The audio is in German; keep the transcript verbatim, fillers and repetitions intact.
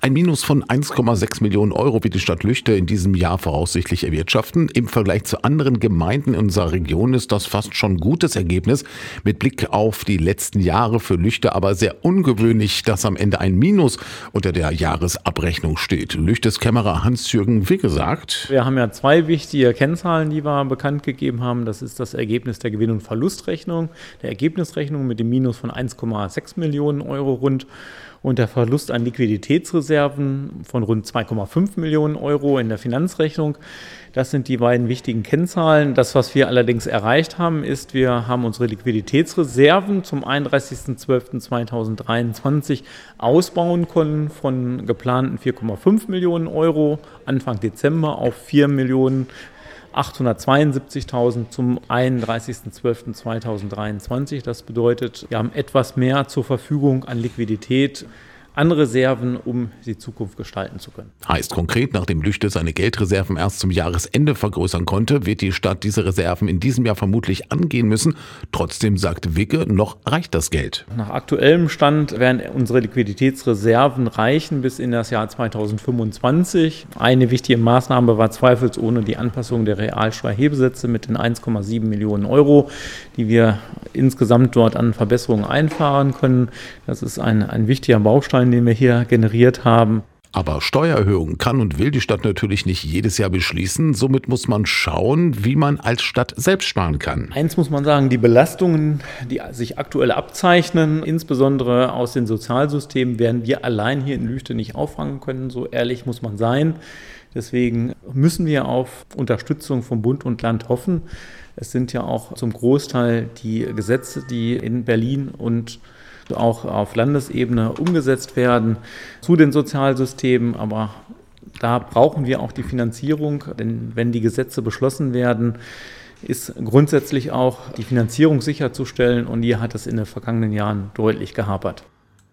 Ein Minus von eins Komma sechs Millionen Euro wird die Stadt Lüchte in diesem Jahr voraussichtlich erwirtschaften. Im Vergleich zu anderen Gemeinden in unserer Region ist das fast schon ein gutes Ergebnis. Mit Blick auf die letzten Jahre für Lüchte aber sehr ungewöhnlich, dass am Ende ein Minus unter der Jahresabrechnung steht. Lüchtes Kämmerer Hans-Jürgen Wigge sagt: Wir haben ja zwei wichtige Kennzahlen, die wir bekannt gegeben haben. Das ist das Ergebnis der Gewinn- und Verlustrechnung, der Ergebnisrechnung mit dem Minus von eins Komma sechs Millionen Euro rund und der Verlust an Liquiditätsreserven von rund zwei Komma fünf Millionen Euro in der Finanzrechnung. Das sind die beiden wichtigen Kennzahlen. Das, was wir allerdings erreicht haben, ist, wir haben unsere Liquiditätsreserven zum einunddreißigsten zwölften zweitausenddreiundzwanzig ausbauen können von geplanten vier Komma fünf Millionen Euro Anfang Dezember auf vier Millionen achthundertzweiundsiebzigtausend zum einunddreißigsten zwölften zweitausenddreiundzwanzig. Das bedeutet, wir haben etwas mehr zur Verfügung an Liquidität, an Reserven, um die Zukunft gestalten zu können. Heißt konkret, nachdem Lüchte seine Geldreserven erst zum Jahresende vergrößern konnte, wird die Stadt diese Reserven in diesem Jahr vermutlich angehen müssen. Trotzdem sagt Wigge, noch reicht das Geld. Nach aktuellem Stand werden unsere Liquiditätsreserven reichen bis in das Jahr zweitausendfünfundzwanzig. Eine wichtige Maßnahme war zweifelsohne die Anpassung der Realsteuerhebesätze mit den eins Komma sieben Millionen Euro, die wir insgesamt dort an Verbesserungen einfahren können. Das ist ein, ein wichtiger Baustein, den wir hier generiert haben. Aber Steuererhöhungen kann und will die Stadt natürlich nicht jedes Jahr beschließen. Somit muss man schauen, wie man als Stadt selbst sparen kann. Eins muss man sagen, die Belastungen, die sich aktuell abzeichnen, insbesondere aus den Sozialsystemen, werden wir allein hier in Lüchte nicht auffangen können. So ehrlich muss man sein. Deswegen müssen wir auf Unterstützung von Bund und Land hoffen. Es sind ja auch zum Großteil die Gesetze, die in Berlin und auch auf Landesebene umgesetzt werden zu den Sozialsystemen. Aber da brauchen wir auch die Finanzierung, denn wenn die Gesetze beschlossen werden, ist grundsätzlich auch die Finanzierung sicherzustellen und hier hat es in den vergangenen Jahren deutlich gehapert.